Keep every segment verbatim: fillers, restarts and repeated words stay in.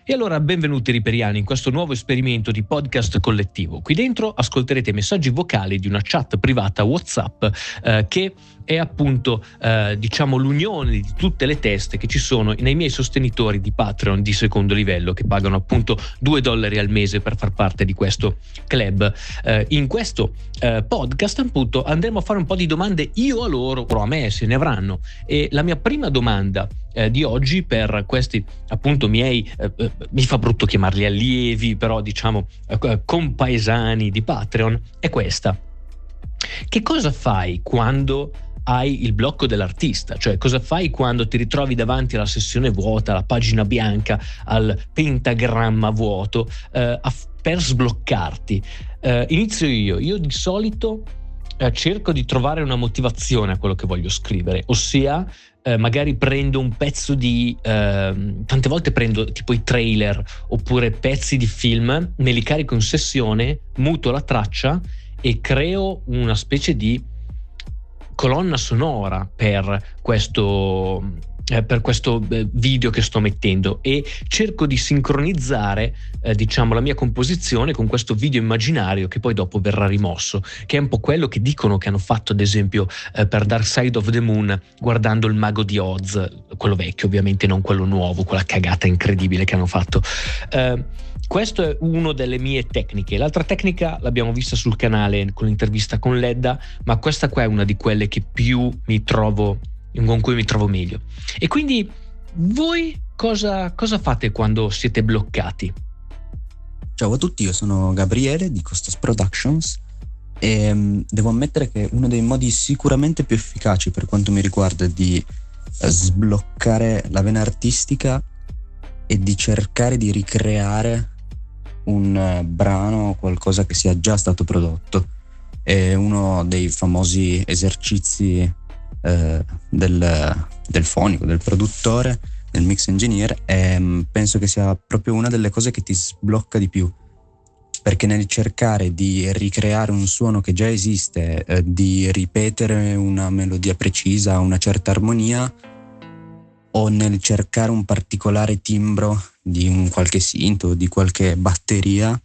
E allora benvenuti riperiani in questo nuovo esperimento di podcast collettivo. Qui dentro ascolterete messaggi vocali di una chat privata WhatsApp eh, che è appunto eh, diciamo l'unione di tutte le teste che ci sono nei miei sostenitori di Patreon di secondo livello, che pagano appunto due dollari al mese per far parte di questo club. Eh, in questo eh, podcast appunto andremo a fare un po' di domande io a loro o a me, se ne avranno. E la mia prima domanda eh, di oggi per questi appunto miei eh, eh, mi fa brutto chiamarli allievi, però diciamo eh, compaesani di Patreon è questa: che cosa fai quando hai il blocco dell'artista? Cioè, cosa fai quando ti ritrovi davanti alla sessione vuota, alla pagina bianca, al pentagramma vuoto, eh, a, per sbloccarti? Eh, inizio io. Io di solito eh, cerco di trovare una motivazione a quello che voglio scrivere, ossia eh, magari prendo un pezzo di... Eh, tante volte prendo tipo i trailer oppure pezzi di film, me li carico in sessione, muto la traccia e creo una specie di colonna sonora per questo eh, per questo video che sto mettendo, e cerco di sincronizzare eh, diciamo la mia composizione con questo video immaginario che poi dopo verrà rimosso, che è un po' quello che dicono che hanno fatto ad esempio eh, per Dark Side of the Moon, guardando Il Mago di Oz, quello vecchio ovviamente, non quello nuovo, quella cagata incredibile che hanno fatto. eh, Questo è una delle mie tecniche. L'altra tecnica l'abbiamo vista sul canale con l'intervista con Ledda, ma questa qua è una di quelle che più mi trovo, con cui mi trovo meglio. E quindi voi cosa, cosa fate quando siete bloccati? Ciao a tutti, io sono Gabriele di Costas Productions e um, devo ammettere che uno dei modi sicuramente più efficaci per quanto mi riguarda di uh, sbloccare la vena artistica è di cercare di ricreare un uh, brano o qualcosa che sia già stato prodotto. È uno dei famosi esercizi uh, del, del fonico, del produttore, del mix engineer, e um, penso che sia proprio una delle cose che ti sblocca di più, perché nel cercare di ricreare un suono che già esiste, uh, di ripetere una melodia precisa, una certa armonia, o nel cercare un particolare timbro di un qualche synth o di qualche batteria,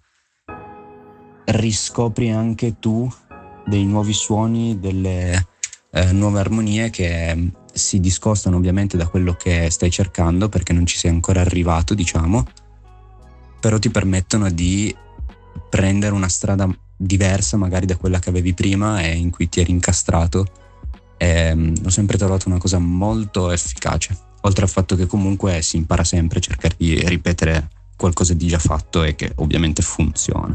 riscopri anche tu dei nuovi suoni, delle eh, nuove armonie che si discostano ovviamente da quello che stai cercando, perché non ci sei ancora arrivato, diciamo, però ti permettono di prendere una strada diversa magari da quella che avevi prima e in cui ti eri incastrato. E, um, ho sempre trovato una cosa molto efficace. Oltre al fatto che comunque si impara sempre a cercare di ripetere qualcosa di già fatto e che ovviamente funziona.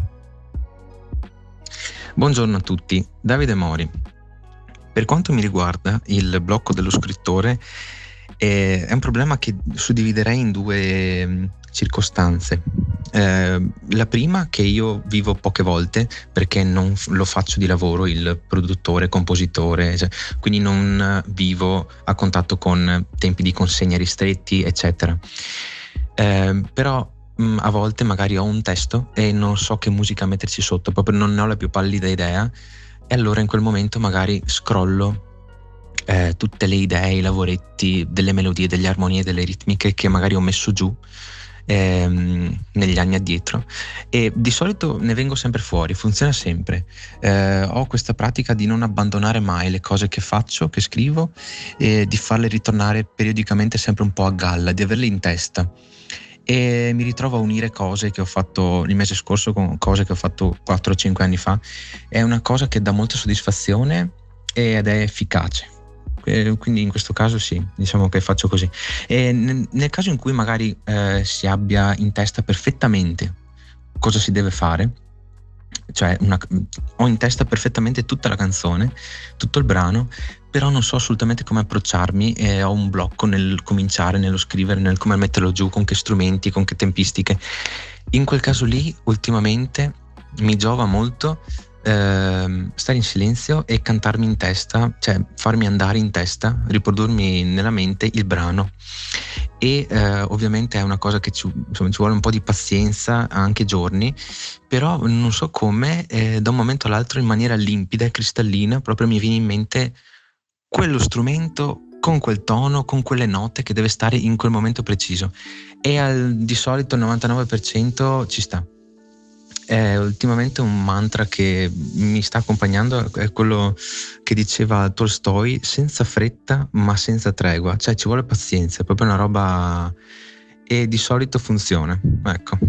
Buongiorno a tutti, Davide Mori. Per quanto mi riguarda, il blocco dello scrittore è, è un problema che suddividerei in due um, circostanze. Eh, la prima, che io vivo poche volte perché non f- lo faccio di lavoro, il produttore, compositore, cioè, quindi non vivo a contatto con tempi di consegna ristretti, eccetera. Eh, però mh, a volte magari ho un testo e non so che musica metterci sotto, proprio non ne ho la più pallida idea, e allora in quel momento magari scrollo eh, tutte le idee, i lavoretti, delle melodie, delle armonie, delle ritmiche che magari ho messo giù Ehm, negli anni addietro, e di solito ne vengo sempre fuori, funziona sempre. Eh, ho questa pratica di non abbandonare mai le cose che faccio, che scrivo, e di farle ritornare periodicamente sempre un po' a galla, di averle in testa, e mi ritrovo a unire cose che ho fatto il mese scorso con cose che ho fatto quattro o cinque anni fa. È una cosa che dà molta soddisfazione ed è efficace. Quindi in questo caso sì, diciamo che faccio così. E nel, nel caso in cui magari eh, si abbia in testa perfettamente cosa si deve fare, cioè una, ho in testa perfettamente tutta la canzone, tutto il brano, però non so assolutamente come approcciarmi e ho un blocco nel cominciare, nello scrivere, nel come metterlo giù, con che strumenti, con che tempistiche. In quel caso lì ultimamente mi giova molto Uh, stare in silenzio e cantarmi in testa, cioè farmi andare in testa, riprodurmi nella mente il brano. E uh, ovviamente è una cosa che ci, insomma, ci vuole un po' di pazienza, anche giorni, però non so come, eh, da un momento all'altro in maniera limpida e cristallina proprio mi viene in mente quello strumento con quel tono, con quelle note che deve stare in quel momento preciso, e al, di solito il novantanove per cento ci sta. È ultimamente un mantra che mi sta accompagnando, è quello che diceva Tolstoi: senza fretta ma senza tregua, cioè ci vuole pazienza, è proprio una roba, e di solito funziona, ecco.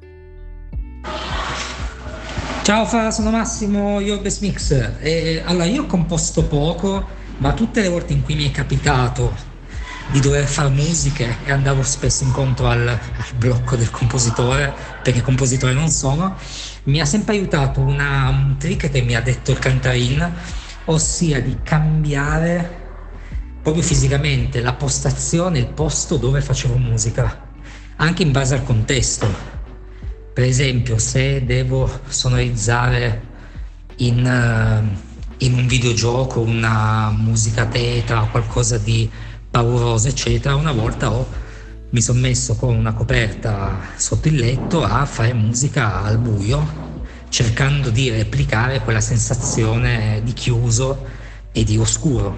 Ciao Fra, sono Massimo, io Best Mix. E, allora, io ho composto poco, ma tutte le volte in cui mi è capitato di dover fare musiche e andavo spesso incontro al, al blocco del compositore, perché compositore non sono, mi ha sempre aiutato una, un trick che mi ha detto il cantarin, ossia di cambiare proprio fisicamente la postazione, il posto dove facevo musica, anche in base al contesto. Per esempio, se devo sonorizzare in, uh, in un videogioco una musica tetra o qualcosa di pauroso, eccetera, una volta ho, mi sono messo con una coperta sotto il letto a fare musica al buio, cercando di replicare quella sensazione di chiuso e di oscuro.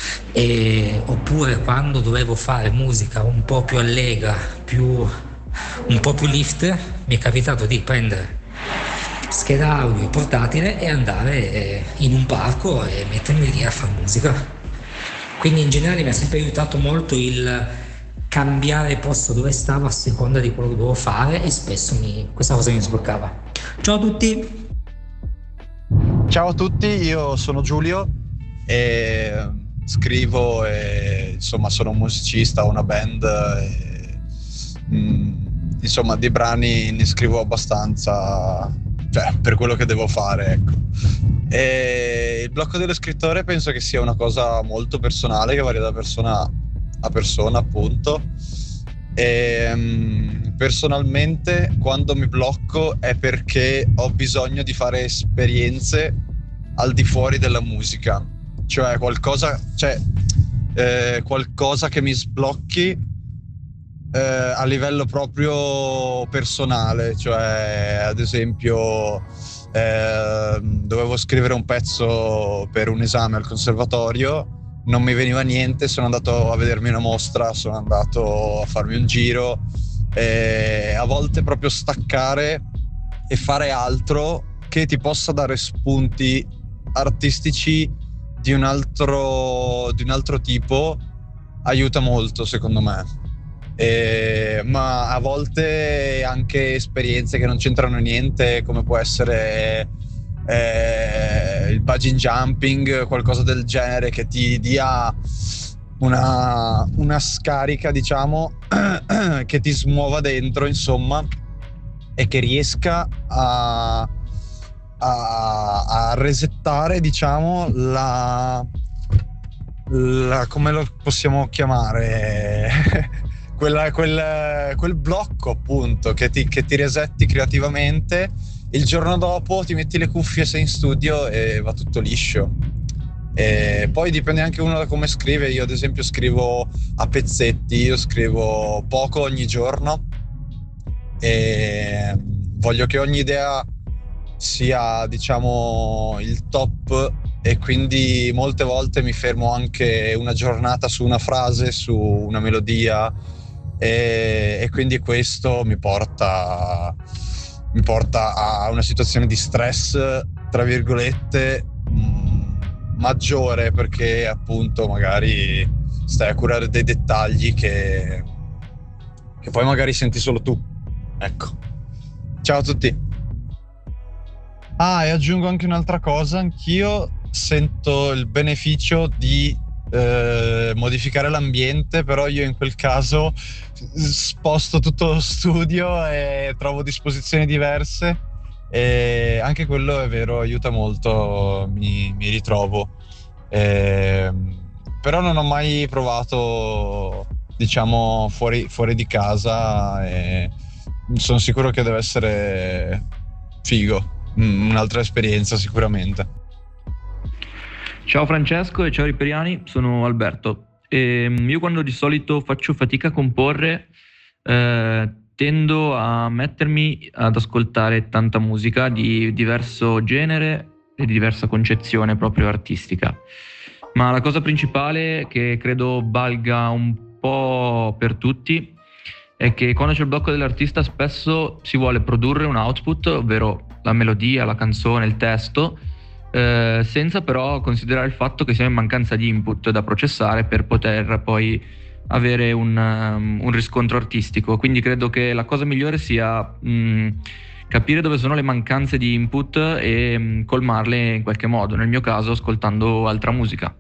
E, oppure quando dovevo fare musica un po' più allegra, più un po' più lift, mi è capitato di prendere scheda audio portatile e andare in un parco e mettermi lì a fare musica. Quindi in generale mi ha sempre aiutato molto il cambiare posto dove stavo a seconda di quello che dovevo fare, e spesso mi, questa cosa mi sbloccava. Ciao a tutti! Ciao a tutti, io sono Giulio e scrivo e insomma sono un musicista, ho una band e, mh, insomma di brani ne scrivo abbastanza, cioè per quello che devo fare, ecco. E il blocco dello scrittore penso che sia una cosa molto personale, che varia da persona a persona, appunto. E um, personalmente quando mi blocco è perché ho bisogno di fare esperienze al di fuori della musica, cioè qualcosa, cioè eh, qualcosa che mi sblocchi Eh, a livello proprio personale, cioè ad esempio eh, dovevo scrivere un pezzo per un esame al conservatorio, non mi veniva niente, sono andato a vedermi una mostra, sono andato a farmi un giro, e a volte proprio staccare e fare altro che ti possa dare spunti artistici di un altro, di un altro tipo aiuta molto, secondo me. Eh, ma a volte anche esperienze che non c'entrano niente, come può essere eh, il bungee jumping, qualcosa del genere che ti dia una, una scarica, diciamo, che ti smuova dentro, insomma, e che riesca a, a, a resettare, diciamo, la, la come lo possiamo chiamare? Quella, quel, quel blocco, appunto, che ti, che ti resetti creativamente. Il giorno dopo ti metti le cuffie, sei in studio e va tutto liscio. E poi dipende anche uno da come scrive. Io ad esempio scrivo a pezzetti, io scrivo poco ogni giorno e voglio che ogni idea sia, diciamo, il top, e quindi molte volte mi fermo anche una giornata su una frase, su una melodia. E, e quindi questo mi porta mi porta a una situazione di stress, tra virgolette, mh, maggiore, perché appunto magari stai a curare dei dettagli che, che poi magari senti solo tu, ecco. Ciao a tutti. Ah, e aggiungo anche un'altra cosa: anch'io sento il beneficio di eh, modificare l'ambiente, però io in quel caso sposto tutto lo studio e trovo disposizioni diverse, e anche quello è vero, aiuta molto, mi, mi ritrovo. E, però non ho mai provato, diciamo, fuori, fuori di casa, e sono sicuro che deve essere figo, un'altra esperienza sicuramente. Ciao Francesco e ciao Riperiani, sono Alberto. E io quando di solito faccio fatica a comporre eh, tendo a mettermi ad ascoltare tanta musica di diverso genere e di diversa concezione proprio artistica. Ma la cosa principale che credo valga un po' per tutti è che quando c'è il blocco dell'artista spesso si vuole produrre un output, ovvero la melodia, la canzone, il testo, eh, senza però considerare il fatto che siamo in mancanza di input da processare per poter poi avere un, um, un riscontro artistico. Quindi credo che la cosa migliore sia mh, capire dove sono le mancanze di input e mh, colmarle in qualche modo, nel mio caso ascoltando altra musica.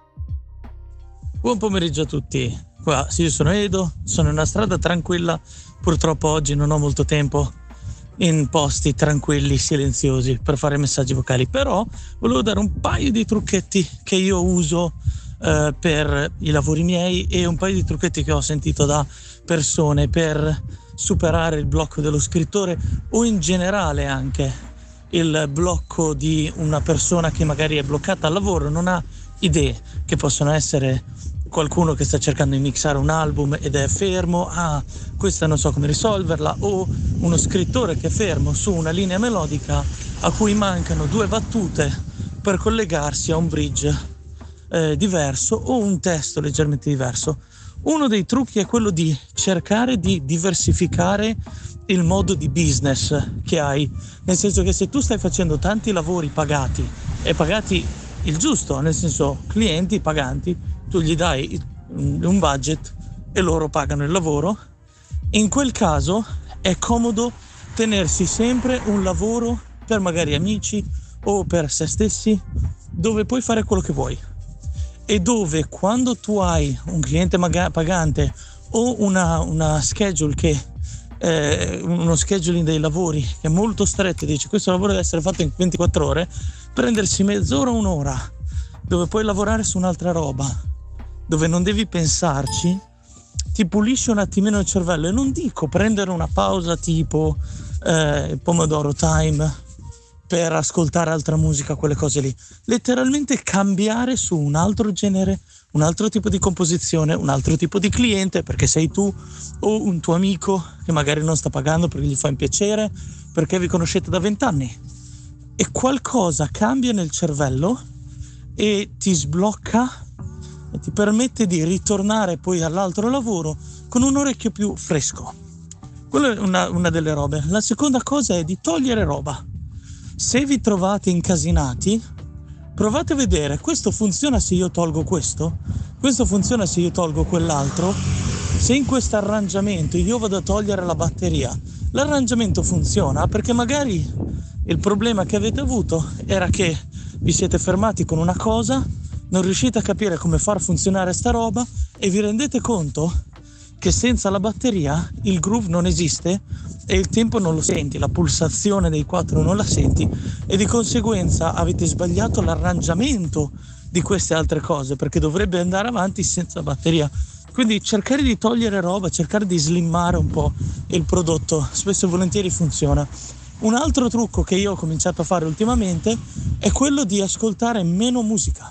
Buon pomeriggio a tutti. Qua, sì, io sono Edo, sono in una strada tranquilla, purtroppo oggi non ho molto tempo in posti tranquilli, silenziosi per fare messaggi vocali, però volevo dare un paio di trucchetti che io uso eh, per i lavori miei e un paio di trucchetti che ho sentito da persone per superare il blocco dello scrittore o in generale anche il blocco di una persona che magari è bloccata al lavoro, non ha idee, che possono essere qualcuno che sta cercando di mixare un album ed è fermo, ah questa non so come risolverla, o uno scrittore che è fermo su una linea melodica a cui mancano due battute per collegarsi a un bridge eh, diverso o un testo leggermente diverso. Uno dei trucchi è quello di cercare di diversificare il modo di business che hai, nel senso che se tu stai facendo tanti lavori pagati e pagati il giusto, nel senso clienti paganti, tu gli dai un budget e loro pagano il lavoro, in quel caso è comodo tenersi sempre un lavoro per magari amici o per se stessi dove puoi fare quello che vuoi e dove quando tu hai un cliente maga- pagante o una, una schedule che eh, uno scheduling dei lavori che è molto stretto e dici questo lavoro deve essere fatto in ventiquattro ore, prendersi mezz'ora o un'ora dove puoi lavorare su un'altra roba, dove non devi pensarci, ti pulisce un attimino il cervello. E non dico prendere una pausa tipo eh, Pomodoro Time per ascoltare altra musica, quelle cose lì. Letteralmente cambiare su un altro genere, un altro tipo di composizione, un altro tipo di cliente, perché sei tu o un tuo amico che magari non sta pagando perché gli fa un piacere, perché vi conoscete da vent'anni. E qualcosa cambia nel cervello e ti sblocca e ti permette di ritornare poi all'altro lavoro con un orecchio più fresco. Quella è una, una delle robe. La seconda cosa è di togliere roba. Se vi trovate incasinati, provate a vedere, questo funziona se io tolgo questo, questo funziona se io tolgo quell'altro. Se in questo arrangiamento io vado a togliere la batteria, l'arrangiamento funziona perché magari il problema che avete avuto era che vi siete fermati con una cosa, non riuscite a capire come far funzionare sta roba e vi rendete conto che senza la batteria il groove non esiste e il tempo non lo senti, la pulsazione dei quattro non la senti e di conseguenza avete sbagliato l'arrangiamento di queste altre cose perché dovrebbe andare avanti senza batteria. Quindi cercare di togliere roba, cercare di slimmare un po' il prodotto, spesso e volentieri funziona. Un altro trucco che io ho cominciato a fare ultimamente è quello di ascoltare meno musica,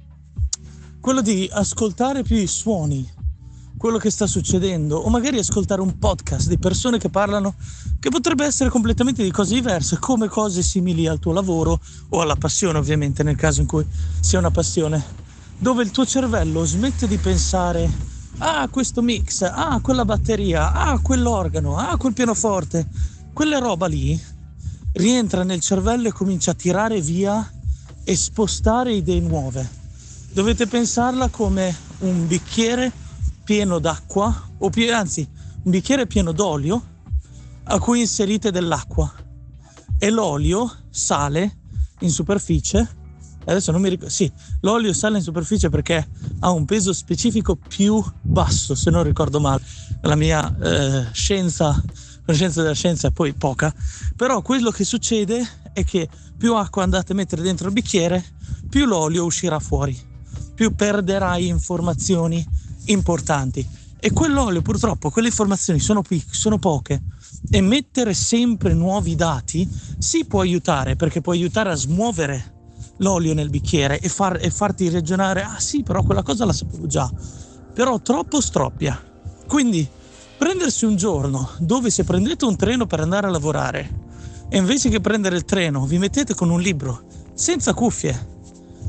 quello di ascoltare più i suoni, quello che sta succedendo, o magari ascoltare un podcast di persone che parlano, che potrebbe essere completamente di cose diverse, come cose simili al tuo lavoro o alla passione, ovviamente, nel caso in cui sia una passione, dove il tuo cervello smette di pensare ah questo mix, ah quella batteria, ah quell'organo, ah quel pianoforte, quella roba lì rientra nel cervello e comincia a tirare via e spostare idee nuove. Dovete pensarla come un bicchiere pieno d'acqua, o più, anzi un bicchiere pieno d'olio a cui inserite dell'acqua e l'olio sale in superficie. Adesso non mi ricordo, sì, l'olio sale in superficie perché ha un peso specifico più basso, se non ricordo male. La mia eh, scienza, conoscenza della scienza è poi poca, però quello che succede è che più acqua andate a mettere dentro il bicchiere, più l'olio uscirà fuori, più perderai informazioni importanti. E quell'olio, purtroppo, quelle informazioni sono, pic- sono poche, e mettere sempre nuovi dati sì può aiutare, perché può aiutare a smuovere l'olio nel bicchiere e, far, e farti ragionare, ah sì, però quella cosa la sapevo già, però troppo stroppia. Quindi prendersi un giorno dove, se prendete un treno per andare a lavorare e invece che prendere il treno vi mettete con un libro senza cuffie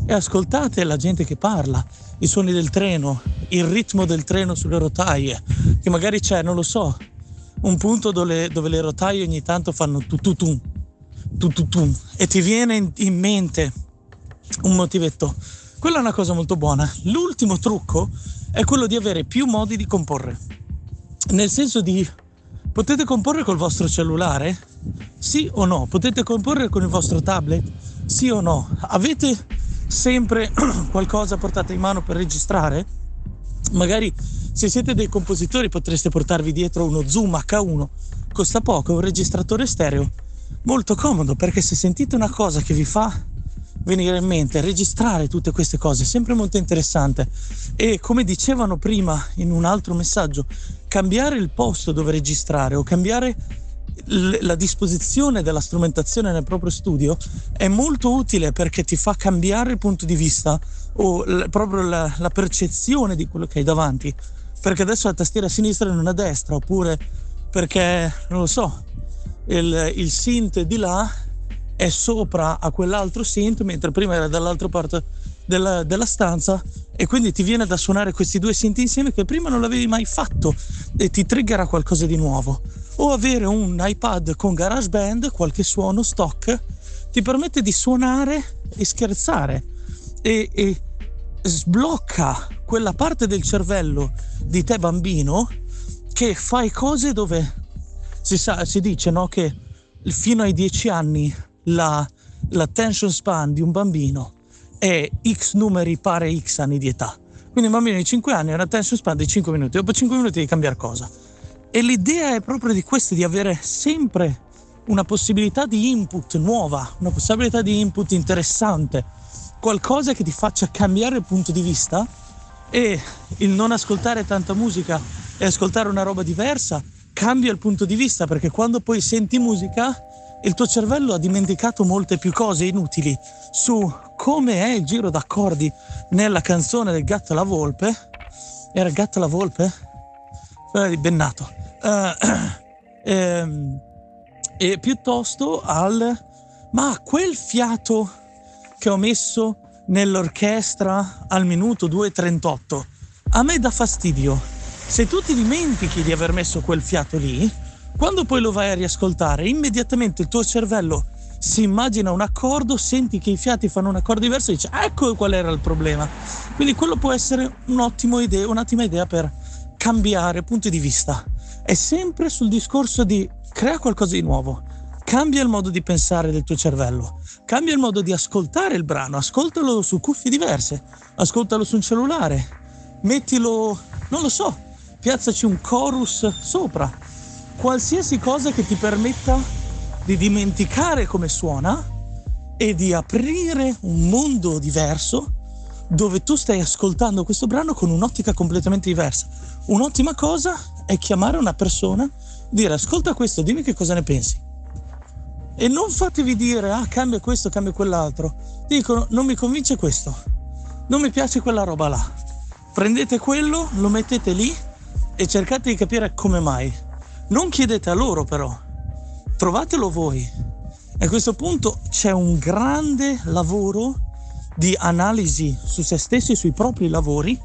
e ascoltate la gente che parla, i suoni del treno, il ritmo del treno sulle rotaie, che magari c'è, non lo so, un punto dove, dove le rotaie ogni tanto fanno tututum, tututum, e ti viene in, in mente un motivetto. Quella è una cosa molto buona. L'ultimo trucco è quello di avere più modi di comporre, nel senso di potete comporre col vostro cellulare? Sì o no? Potete comporre con il vostro tablet? Sì o no? Avete sempre qualcosa portate in mano per registrare? Magari se siete dei compositori potreste portarvi dietro uno Zoom acca uno, costa poco, un registratore stereo molto comodo, perché se sentite una cosa che vi fa venire in mente, registrare tutte queste cose è sempre molto interessante. E come dicevano prima in un altro messaggio, cambiare il posto dove registrare o cambiare l- la disposizione della strumentazione nel proprio studio è molto utile, perché ti fa cambiare il punto di vista o l- proprio la-, la percezione di quello che hai davanti, perché adesso la tastiera a sinistra e non a destra, oppure perché, non lo so, il, il synth di là è sopra a quell'altro synth, mentre prima era dall'altra parte della, della stanza, e quindi ti viene da suonare questi due synth insieme che prima non l'avevi mai fatto e ti triggera qualcosa di nuovo. O avere un iPad con GarageBand, qualche suono stock, ti permette di suonare e scherzare e, e sblocca quella parte del cervello di te bambino che fai cose dove si, sa, si dice, no, che fino ai dieci anni la, l'attention span di un bambino è X numeri pari X anni di età. Quindi un bambino di cinque anni ha un attention span di cinque minuti, dopo cinque minuti devi cambiare cosa. E l'idea è proprio di questo, di avere sempre una possibilità di input nuova, una possibilità di input interessante, qualcosa che ti faccia cambiare il punto di vista. E il non ascoltare tanta musica e ascoltare una roba diversa cambia il punto di vista, perché quando poi senti musica il tuo cervello ha dimenticato molte più cose inutili su come è il giro d'accordi nella canzone del Gatto e la Volpe. Era il Gatto e la Volpe? Quella di Bennato. Uh, ehm, e piuttosto al ma quel fiato che ho messo nell'orchestra al minuto due e trentotto a me dà fastidio. Se tu ti dimentichi di aver messo quel fiato lì, quando poi lo vai a riascoltare, immediatamente il tuo cervello si immagina un accordo, senti che i fiati fanno un accordo diverso e dice ecco qual era il problema. Quindi quello può essere un ottimo idea, un'ottima idea per cambiare punti di vista. È sempre sul discorso di crea qualcosa di nuovo, cambia il modo di pensare del tuo cervello, cambia il modo di ascoltare il brano, ascoltalo su cuffie diverse, ascoltalo su un cellulare, mettilo, non lo so, piazzaci un chorus sopra, qualsiasi cosa che ti permetta di dimenticare come suona e di aprire un mondo diverso dove tu stai ascoltando questo brano con un'ottica completamente diversa. Un'ottima cosa è chiamare una persona, dire ascolta questo, dimmi che cosa ne pensi. E non fatevi dire ah cambia questo, cambia quell'altro. Dicono non mi convince questo, non mi piace quella roba là. Prendete quello, lo mettete lì e cercate di capire come mai. Non chiedete a loro però, trovatelo voi. E a questo punto c'è un grande lavoro di analisi su se stessi e sui propri lavori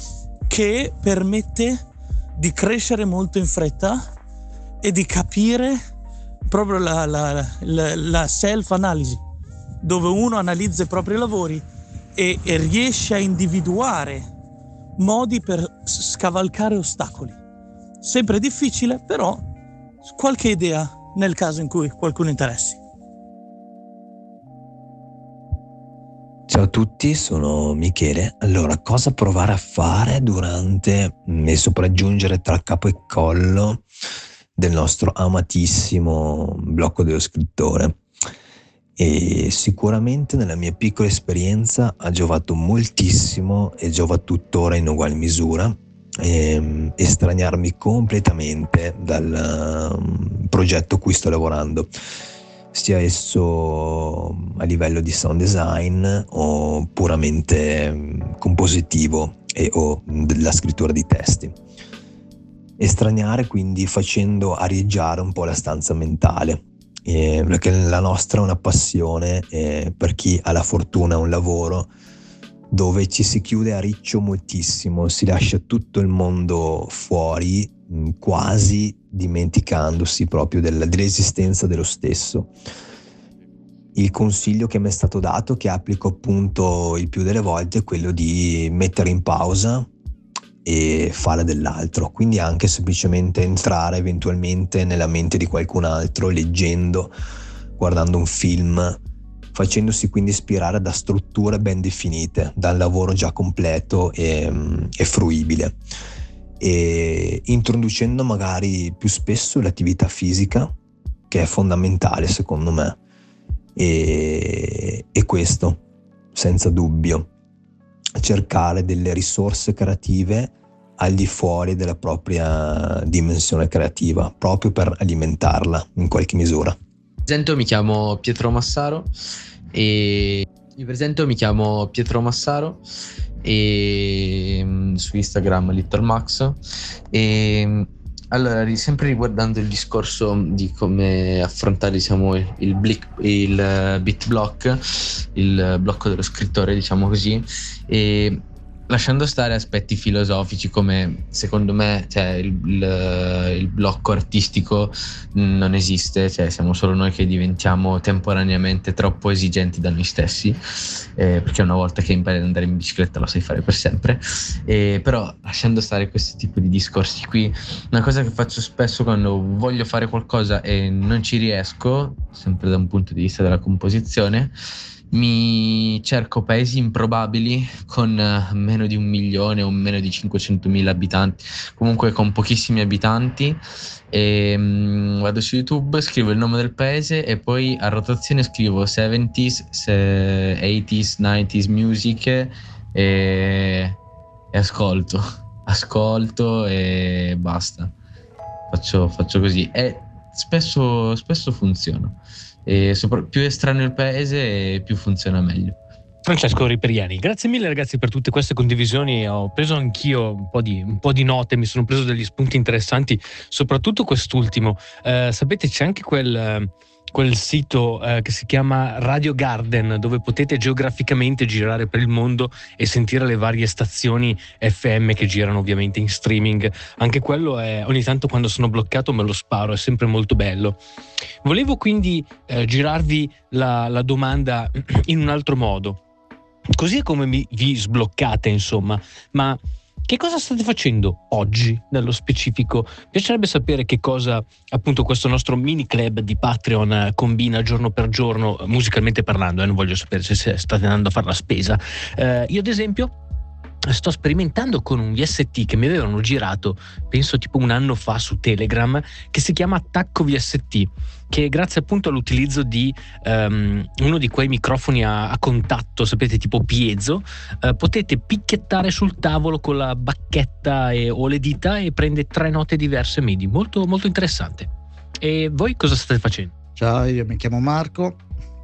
che permette di crescere molto in fretta e di capire proprio la, la, la, la self-analisi, dove uno analizza i propri lavori e, e riesce a individuare modi per scavalcare ostacoli. Sempre difficile, però qualche idea nel caso in cui qualcuno interessi. Ciao a tutti, sono Michele. Allora, cosa provare a fare durante il sopraggiungere tra capo e collo del nostro amatissimo blocco dello scrittore? E sicuramente nella mia piccola esperienza ha giovato moltissimo e giova tuttora in ugual misura ehm, estraniarmi completamente dal um, progetto a cui sto lavorando, sia esso a livello di sound design o puramente um, compositivo e o della scrittura di testi. Estraniare quindi facendo arieggiare un po' la stanza mentale. eh, perché la nostra è una passione, eh, per chi ha la fortuna, un lavoro dove ci si chiude a riccio moltissimo, si lascia tutto il mondo fuori, quasi dimenticandosi proprio del, dell'esistenza dello stesso. Il consiglio che mi è stato dato, che applico appunto il più delle volte, è quello di mettere in pausa e fare dell'altro, quindi anche semplicemente entrare eventualmente nella mente di qualcun altro, leggendo, guardando un film, facendosi quindi ispirare da strutture ben definite, dal lavoro già completo e, e fruibile, e introducendo magari più spesso l'attività fisica, che è fondamentale secondo me, e, e questo senza dubbio, cercare delle risorse creative al di fuori della propria dimensione creativa, proprio per alimentarla in qualche misura. Mi presento, mi chiamo Pietro Massaro e mi presento, mi chiamo Pietro Massaro e su Instagram Little Max. E allora, sempre riguardando il discorso di come affrontare, diciamo, il, blick, il beat block, il blocco dello scrittore, diciamo così, e lasciando stare aspetti filosofici come, secondo me, cioè, il, il, il blocco artistico non esiste, cioè siamo solo noi che diventiamo temporaneamente troppo esigenti da noi stessi, eh, perché una volta che impari ad andare in bicicletta lo sai fare per sempre. Eh, però lasciando stare questo tipo di discorsi qui, una cosa che faccio spesso quando voglio fare qualcosa e non ci riesco, sempre da un punto di vista della composizione, mi cerco paesi improbabili con meno di un milione o meno di cinquecentomila abitanti, comunque con pochissimi abitanti, e um, vado su YouTube, scrivo il nome del paese e poi a rotazione scrivo seventies, eighties, nineties music e, e ascolto ascolto e basta, faccio, faccio così e spesso, spesso funziona. E sopra, più estraneo il paese più funziona meglio. Francesco Riperiani, grazie mille ragazzi per tutte queste condivisioni. Ho preso anch'io un po' di, un po' di note, mi sono preso degli spunti interessanti, soprattutto quest'ultimo. Eh, sapete, c'è anche quel, quel sito eh, che si chiama Radio Garden, dove potete geograficamente girare per il mondo e sentire le varie stazioni F M che girano ovviamente in streaming. Anche quello è, ogni tanto quando sono bloccato me lo sparo, è sempre molto bello. Volevo quindi eh, girarvi la, la domanda in un altro modo. Così è come mi, vi sbloccate, insomma, ma che cosa state facendo oggi nello specifico? Mi piacerebbe sapere che cosa appunto questo nostro mini club di Patreon combina giorno per giorno, musicalmente parlando, eh, non voglio sapere se state andando a fare la spesa. Eh, io ad esempio sto sperimentando con un V S T che mi avevano girato, penso tipo un anno fa su Telegram, che si chiama Attacco V S T, che grazie appunto all'utilizzo di um, uno di quei microfoni a, a contatto, sapete, tipo piezo, uh, potete picchiettare sul tavolo con la bacchetta e, o le dita e prende tre note diverse MIDI. Molto, molto interessante. E voi cosa state facendo? Ciao, io mi chiamo Marco.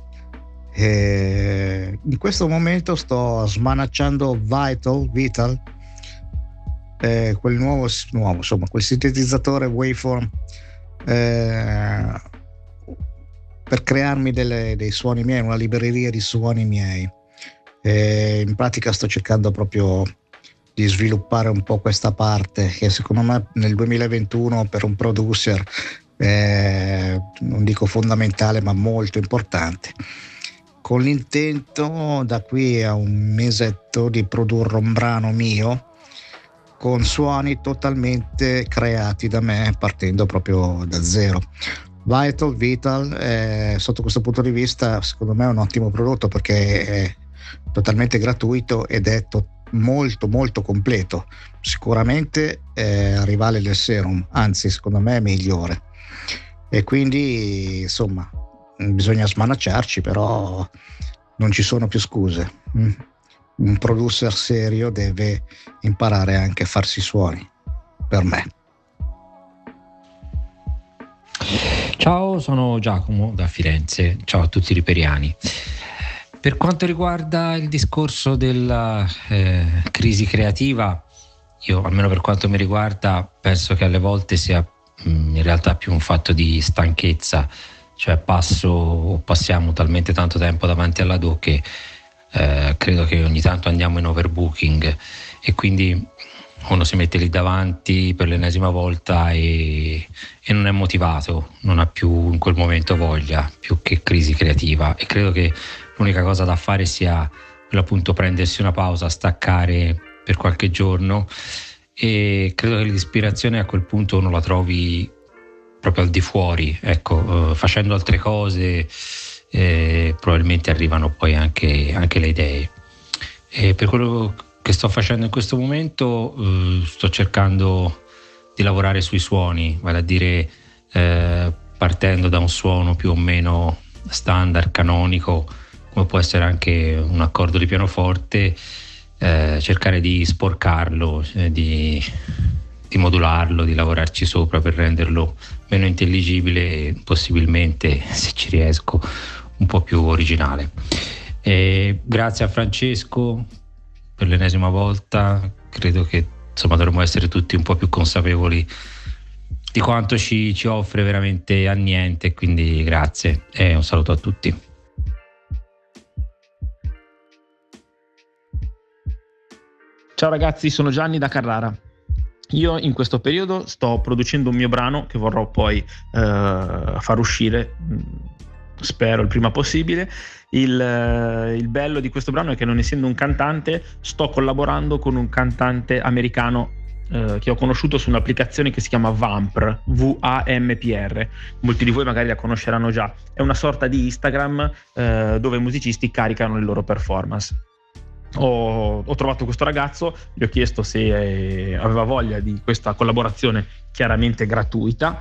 E in questo momento sto smanacciando Vital, Vital eh, quel nuovo, nuovo, insomma, quel sintetizzatore waveform eh, per crearmi delle, dei suoni miei, una libreria di suoni miei. E in pratica sto cercando proprio di sviluppare un po' questa parte che secondo me nel duemilaventuno per un producer è, non dico fondamentale, ma molto importante, con l'intento da qui a un mesetto di produrre un brano mio con suoni totalmente creati da me, partendo proprio da zero. Vital, Vital, eh, sotto questo punto di vista, secondo me è un ottimo prodotto perché è totalmente gratuito ed è to- molto molto completo. Sicuramente è rivale del Serum, anzi secondo me è migliore. E quindi insomma bisogna smanacciarci, però non ci sono più scuse. Un producer serio deve imparare anche a farsi suoni, per me. Ciao, sono Giacomo da Firenze. Ciao a tutti i riperiani. Per quanto riguarda il discorso della eh, crisi creativa, io, almeno per quanto mi riguarda, penso che alle volte sia mh, in realtà più un fatto di stanchezza cioè passo o passiamo talmente tanto tempo davanti alla D O che eh, credo che ogni tanto andiamo in overbooking e quindi uno si mette lì davanti per l'ennesima volta e, e non è motivato, non ha più in quel momento voglia, più che crisi creativa, e credo che l'unica cosa da fare sia per appunto prendersi una pausa, staccare per qualche giorno, e credo che l'ispirazione a quel punto uno la trovi proprio al di fuori, ecco, eh, facendo altre cose eh, probabilmente arrivano poi anche, anche le idee. E per quello che sto facendo in questo momento eh, sto cercando di lavorare sui suoni, vale a dire eh, partendo da un suono più o meno standard, canonico, come può essere anche un accordo di pianoforte, eh, cercare di sporcarlo, eh, di, di modularlo, di lavorarci sopra per renderlo meno intelligibile e possibilmente, se ci riesco, un po' più originale. E grazie a Francesco per l'ennesima volta, credo che insomma dovremmo essere tutti un po' più consapevoli di quanto ci, ci offre veramente a niente, quindi grazie e un saluto a tutti. Ciao ragazzi, sono Gianni da Carrara. Io in questo periodo sto producendo un mio brano che vorrò poi eh, far uscire, spero il prima possibile. Il, eh, il bello di questo brano è che, non essendo un cantante, sto collaborando con un cantante americano eh, che ho conosciuto su un'applicazione che si chiama Vampr, V A M P R. Molti di voi magari la conosceranno già. È una sorta di Instagram eh, dove i musicisti caricano le loro performance. Ho, ho trovato questo ragazzo, gli ho chiesto se eh, aveva voglia di questa collaborazione chiaramente gratuita,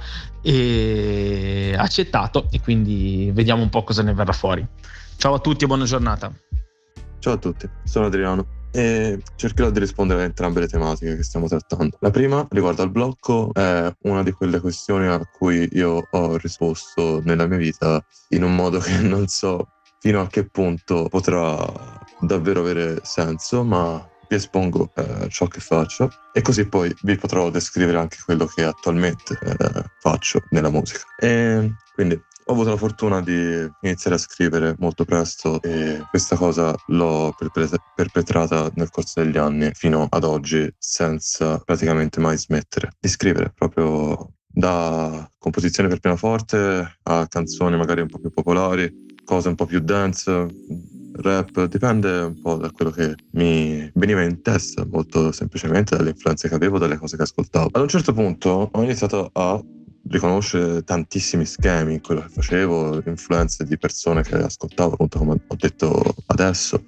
e ha accettato, e quindi vediamo un po' cosa ne verrà fuori. Ciao a tutti e buona giornata. Ciao a tutti, sono Adriano e cercherò di rispondere a entrambe le tematiche che stiamo trattando. La prima riguarda il blocco, è una di quelle questioni a cui io ho risposto nella mia vita in un modo che non so fino a che punto potrà davvero avere senso, ma vi espongo eh, ciò che faccio e così poi vi potrò descrivere anche quello che attualmente eh, faccio nella musica. E quindi ho avuto la fortuna di iniziare a scrivere molto presto e questa cosa l'ho perpetra- perpetrata nel corso degli anni fino ad oggi, senza praticamente mai smettere di scrivere, proprio da composizioni per pianoforte a canzoni magari un po' più popolari, cose un po' più dance, rap, dipende un po' da quello che mi veniva in testa, molto semplicemente dalle influenze che avevo, dalle cose che ascoltavo. Ad un certo punto ho iniziato a riconoscere tantissimi schemi in quello che facevo, influenze di persone che ascoltavo, appunto come ho detto adesso,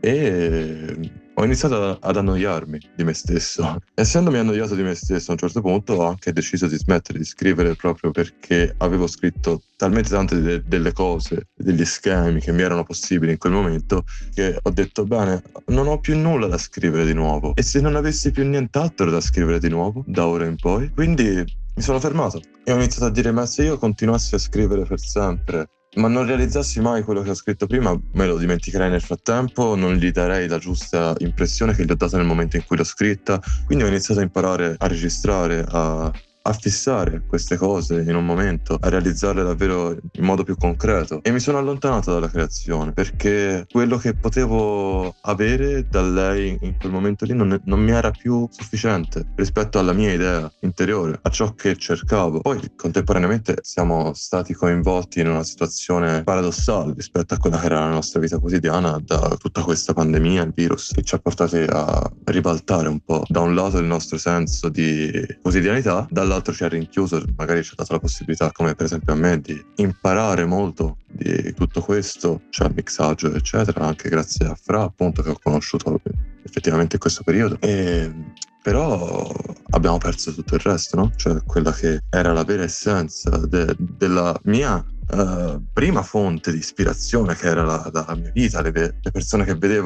e ho iniziato ad annoiarmi di me stesso. Essendomi annoiato di me stesso a un certo punto ho anche deciso di smettere di scrivere, proprio perché avevo scritto talmente tante de- delle cose, degli schemi che mi erano possibili in quel momento, che ho detto bene, non ho più nulla da scrivere di nuovo, e se non avessi più nient'altro da scrivere di nuovo da ora in poi, quindi mi sono fermato e ho iniziato a dire, ma se io continuassi a scrivere per sempre ma non realizzassi mai quello che ho scritto prima, me lo dimenticherei nel frattempo, non gli darei la giusta impressione che gli ho dato nel momento in cui l'ho scritta. Quindi ho iniziato a imparare a registrare, a, a fissare queste cose in un momento, a realizzarle davvero in modo più concreto, e mi sono allontanato dalla creazione perché quello che potevo avere da lei in quel momento lì non, non mi era più sufficiente rispetto alla mia idea interiore, a ciò che cercavo. Poi contemporaneamente siamo stati coinvolti in una situazione paradossale rispetto a quella che era la nostra vita quotidiana, da tutta questa pandemia, il virus, che ci ha portati a ribaltare un po' da un lato il nostro senso di quotidianità, dall'altro ci ha rinchiuso, magari ci ha dato la possibilità, come per esempio a me, di imparare molto di tutto questo, cioè il mixaggio eccetera, anche grazie a Fra, appunto, che ho conosciuto effettivamente in questo periodo. E però abbiamo perso tutto il resto, no? Cioè quella che era la vera essenza de- della mia Uh, prima fonte di ispirazione, che era la, la mia vita, le, le persone che vedevo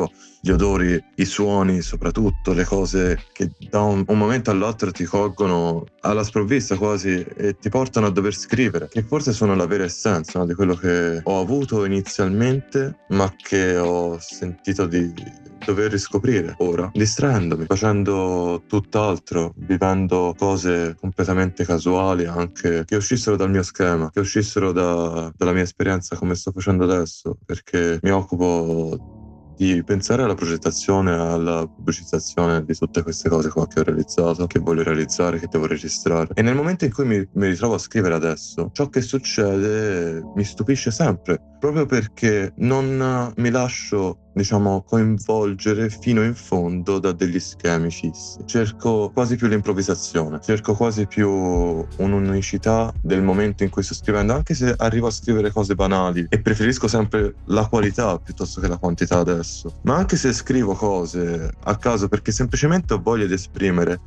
gli odori, i suoni, soprattutto le cose che da un, un momento all'altro ti colgono alla sprovvista quasi e ti portano a dover scrivere, che forse sono la vera essenza, no, di quello che ho avuto inizialmente, ma che ho sentito di dover riscoprire ora, distraendomi, facendo tutt'altro, vivendo cose completamente casuali, anche che uscissero dal mio schema, che uscissero da, dalla mia esperienza, come sto facendo adesso, perché mi occupo di pensare alla progettazione, alla pubblicizzazione di tutte queste cose qua che ho realizzato, che voglio realizzare, che devo registrare. E nel momento in cui mi, mi ritrovo a scrivere adesso, ciò che succede mi stupisce sempre, proprio perché non mi lascio, diciamo, coinvolgere fino in fondo da degli schemi fissi. Cerco quasi più l'improvvisazione, cerco quasi più un'unicità del momento in cui sto scrivendo, anche se arrivo a scrivere cose banali e preferisco sempre la qualità piuttosto che la quantità adesso. Ma anche se scrivo cose a caso perché semplicemente ho voglia di esprimere,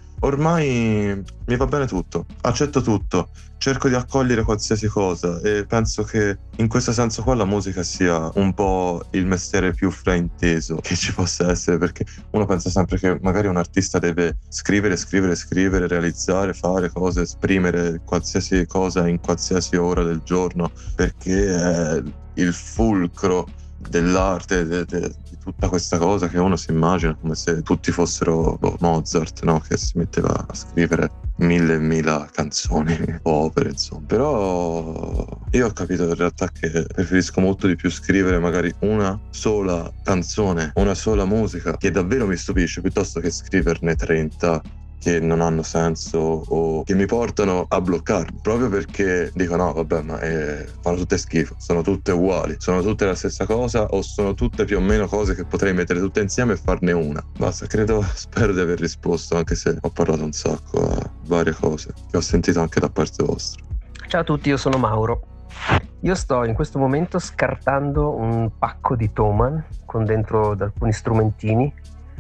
ormai mi va bene tutto, accetto tutto, cerco di accogliere qualsiasi cosa e penso che in questo senso qua la musica sia un po' il mestiere più frainteso che ci possa essere, perché uno pensa sempre che magari un artista deve scrivere, scrivere, scrivere, realizzare, fare cose, esprimere qualsiasi cosa in qualsiasi ora del giorno, perché è il fulcro dell'arte, de, de, di tutta questa cosa che uno si immagina come se tutti fossero boh, Mozart, no? Che si metteva a scrivere mille e mila canzoni o opere, insomma. Però io ho capito in realtà che preferisco molto di più scrivere magari una sola canzone, una sola musica che davvero mi stupisce, piuttosto che scriverne trenta che non hanno senso o che mi portano a bloccarmi, proprio perché dico no vabbè ma eh, fanno tutte schifo, sono tutte uguali, sono tutte la stessa cosa o sono tutte più o meno cose che potrei mettere tutte insieme e farne una. Basta, credo, spero di aver risposto, anche se ho parlato un sacco a varie cose che ho sentito anche da parte vostra. Ciao a tutti, io sono Mauro. Io sto in questo momento scartando un pacco di Thomann con dentro alcuni strumentini,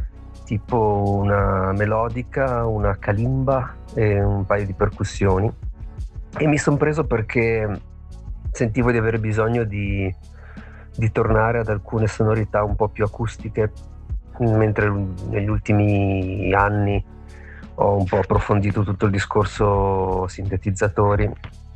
tipo una melodica, una kalimba e un paio di percussioni, e mi sono preso perché sentivo di avere bisogno di, di tornare ad alcune sonorità un po' più acustiche, mentre negli ultimi anni ho un po' approfondito tutto il discorso sintetizzatori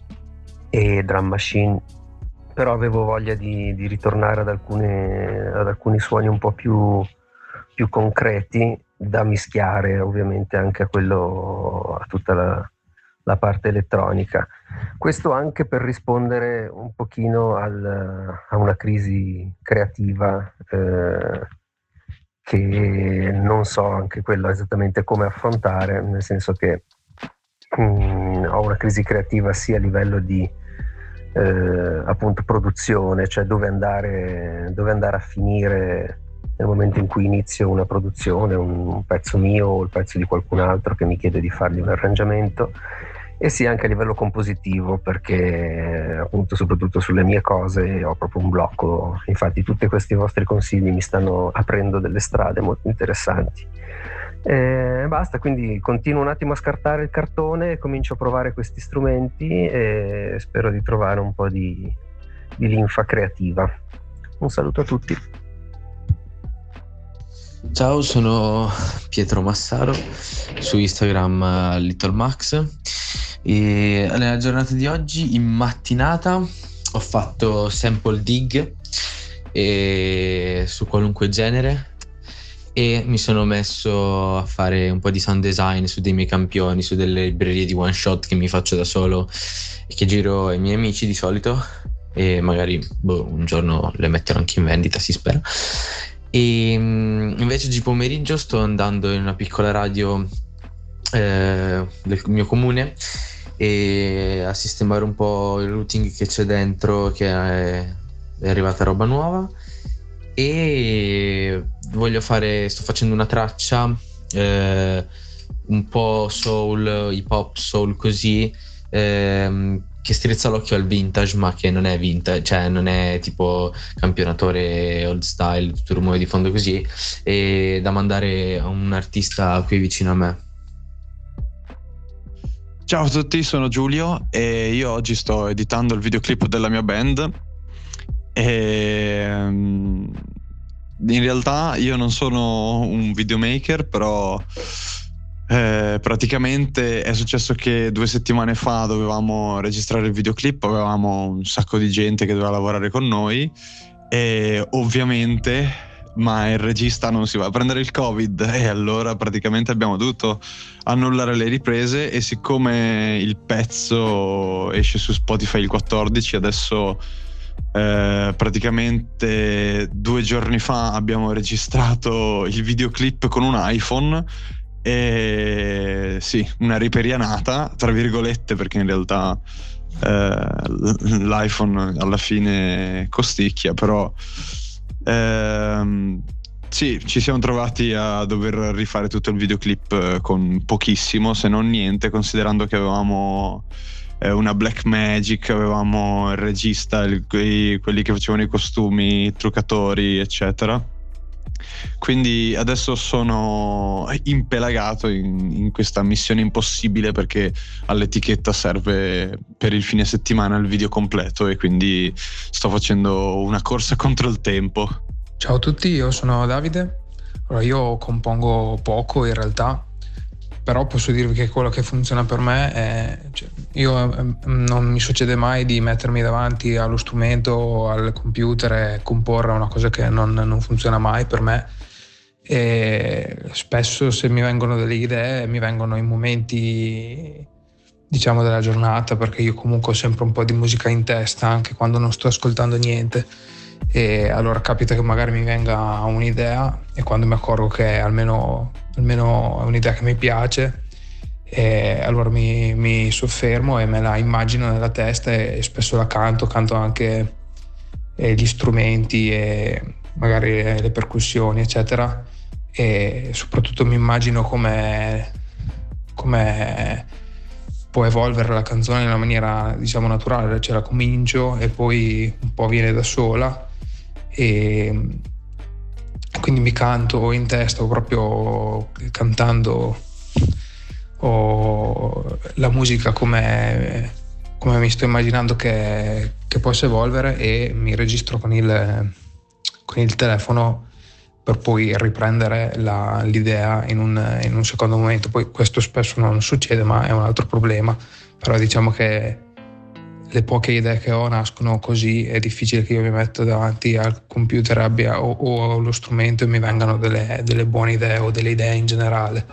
e drum machine, però avevo voglia di, di ritornare ad, alcune, ad alcuni suoni un po' più più concreti da mischiare ovviamente anche a quello, a tutta la, la parte elettronica. Questo anche per rispondere un pochino al, a una crisi creativa eh, che non so anche quello esattamente come affrontare, nel senso che mh, ho una crisi creativa sia a livello di eh, appunto produzione, cioè dove andare, dove andare a finire nel momento in cui inizio una produzione, un pezzo mio o il pezzo di qualcun altro che mi chiede di fargli un arrangiamento, e sia anche a livello compositivo, perché appunto soprattutto sulle mie cose ho proprio un blocco. Infatti tutti questi vostri consigli mi stanno aprendo delle strade molto interessanti. E basta, quindi continuo un attimo a scartare il cartone, comincio a provare questi strumenti e spero di trovare un po' di, di linfa creativa. Un saluto a tutti. Ciao, sono Pietro Massaro, su Instagram Little Max, e nella giornata di oggi in mattinata ho fatto sample dig e su qualunque genere e mi sono messo a fare un po' di sound design su dei miei campioni, su delle librerie di one shot che mi faccio da solo e che giro ai miei amici di solito, e magari boh, un giorno le metterò anche in vendita, si spera. E invece di pomeriggio sto andando in una piccola radio eh, del mio comune e a sistemare un po' il routing che c'è dentro, che è, è arrivata roba nuova, e voglio fare, sto facendo una traccia eh, un po' soul, hip hop soul così, eh, che strizza l'occhio al vintage, ma che non è vintage, cioè non è tipo campionatore old style, tutto il rumore di fondo così, e da mandare a un artista qui vicino a me. Ciao a tutti, sono Giulio e io oggi sto editando il videoclip della mia band e in realtà io non sono un videomaker, però eh, praticamente è successo che due settimane fa dovevamo registrare il videoclip, avevamo un sacco di gente che doveva lavorare con noi e ovviamente ma il regista non si va a prendere il Covid e allora praticamente abbiamo dovuto annullare le riprese, e siccome il pezzo esce su Spotify il quattordici, adesso eh, praticamente due giorni fa abbiamo registrato il videoclip con un iPhone, e sì, una riperianata tra virgolette, perché in realtà eh, l'iPhone alla fine costicchia, però Ehm, sì, ci siamo trovati a dover rifare tutto il videoclip con pochissimo, se non niente, considerando che avevamo eh, una Blackmagic, avevamo il regista, il, quei, quelli che facevano i costumi, i truccatori, eccetera. Quindi adesso sono impelagato in, in questa missione impossibile, perché all'etichetta serve per il fine settimana il video completo, e quindi sto facendo una corsa contro il tempo. Ciao a tutti, io sono Davide. Allora, io compongo poco in realtà, però posso dirvi che quello che funziona per me è, cioè, io non mi succede mai di mettermi davanti allo strumento o al computer e comporre una cosa che non, non funziona mai per me, e spesso se mi vengono delle idee mi vengono in momenti, diciamo, della giornata, perché io comunque ho sempre un po' di musica in testa anche quando non sto ascoltando niente, e allora capita che magari mi venga un'idea, e quando mi accorgo che almeno, almeno è un'idea che mi piace, e allora mi, mi soffermo e me la immagino nella testa, e spesso la canto, canto anche eh, gli strumenti e magari le, le percussioni eccetera, e soprattutto mi immagino come, come può evolvere la canzone in una maniera, diciamo, naturale, cioè la comincio e poi un po' viene da sola, e quindi mi canto in testa, o proprio cantando o la musica come, come mi sto immaginando che, che possa evolvere, e mi registro con il, con il telefono per poi riprendere la, l'idea in un, in un secondo momento. Poi questo spesso non succede, ma è un altro problema, però diciamo che le poche idee che ho nascono così, è difficile che io mi metta davanti al computer abbia, o, o allo strumento e mi vengano delle, delle buone idee o delle idee in generale.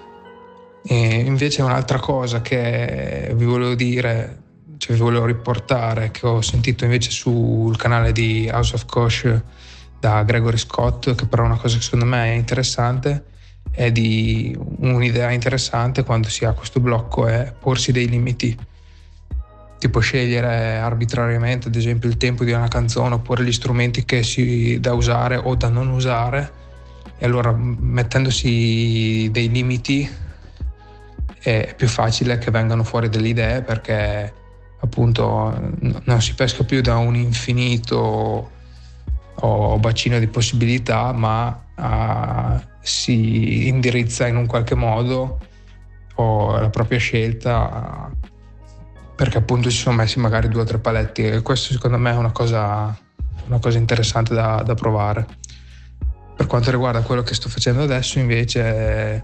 E invece un'altra cosa che vi volevo dire, cioè vi volevo riportare, che ho sentito invece sul canale di House of Kosh da Gregory Scott, che però è una cosa che secondo me è interessante, è di un'idea interessante quando si ha questo blocco, è porsi dei limiti, tipo scegliere arbitrariamente ad esempio il tempo di una canzone, oppure gli strumenti che si da usare o da non usare, e allora mettendosi dei limiti è più facile che vengano fuori delle idee, perché appunto non si pesca più da un infinito o bacino di possibilità, ma uh, si indirizza in un qualche modo o la propria scelta, uh, perché appunto ci sono messi magari due o tre paletti, e questo secondo me è una cosa, una cosa interessante da, da provare. Per quanto riguarda quello che sto facendo adesso, invece,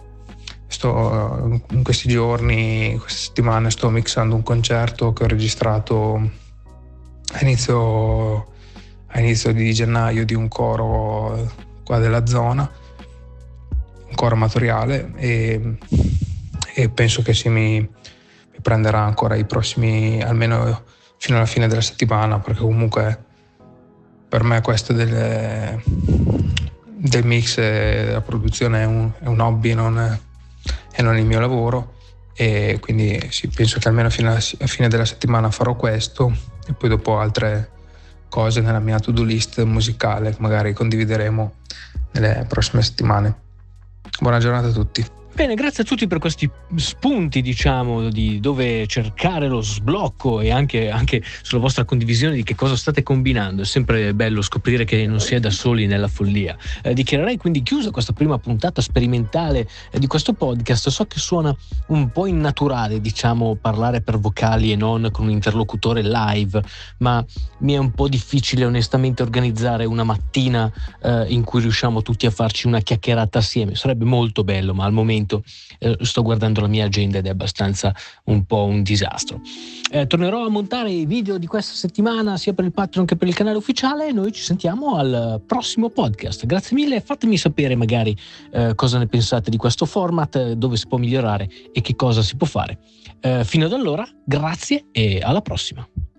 sto in questi giorni, queste settimane, sto mixando un concerto che ho registrato a inizio a inizio di gennaio di un coro qua della zona, un coro amatoriale, e, e penso che si mi, mi prenderà ancora i prossimi, almeno fino alla fine della settimana, perché comunque per me questo del, del mix e della produzione è un, è un hobby, non è, e non è il mio lavoro, e quindi sì, penso che almeno fino alla fine della settimana farò questo, e poi dopo altre cose nella mia to-do list musicale che magari condivideremo nelle prossime settimane. Buona giornata a tutti. Bene, grazie a tutti per questi spunti, diciamo, di dove cercare lo sblocco e anche, anche sulla vostra condivisione di che cosa state combinando. È sempre bello scoprire che non si è da soli nella follia. Eh, dichiarerei quindi chiusa questa prima puntata sperimentale eh, di questo podcast. So che suona un po' innaturale, diciamo, parlare per vocali e non con un interlocutore live, ma mi è un po' difficile onestamente organizzare una mattina eh, in cui riusciamo tutti a farci una chiacchierata assieme. Sarebbe molto bello, ma al momento Eh, sto guardando la mia agenda ed è abbastanza un po' un disastro. Eh, tornerò a montare i video di questa settimana sia per il Patreon che per il canale ufficiale e noi ci sentiamo al prossimo podcast. Grazie mille, fatemi sapere magari eh, cosa ne pensate di questo format, dove si può migliorare e che cosa si può fare. Eh, fino ad allora, grazie e alla prossima.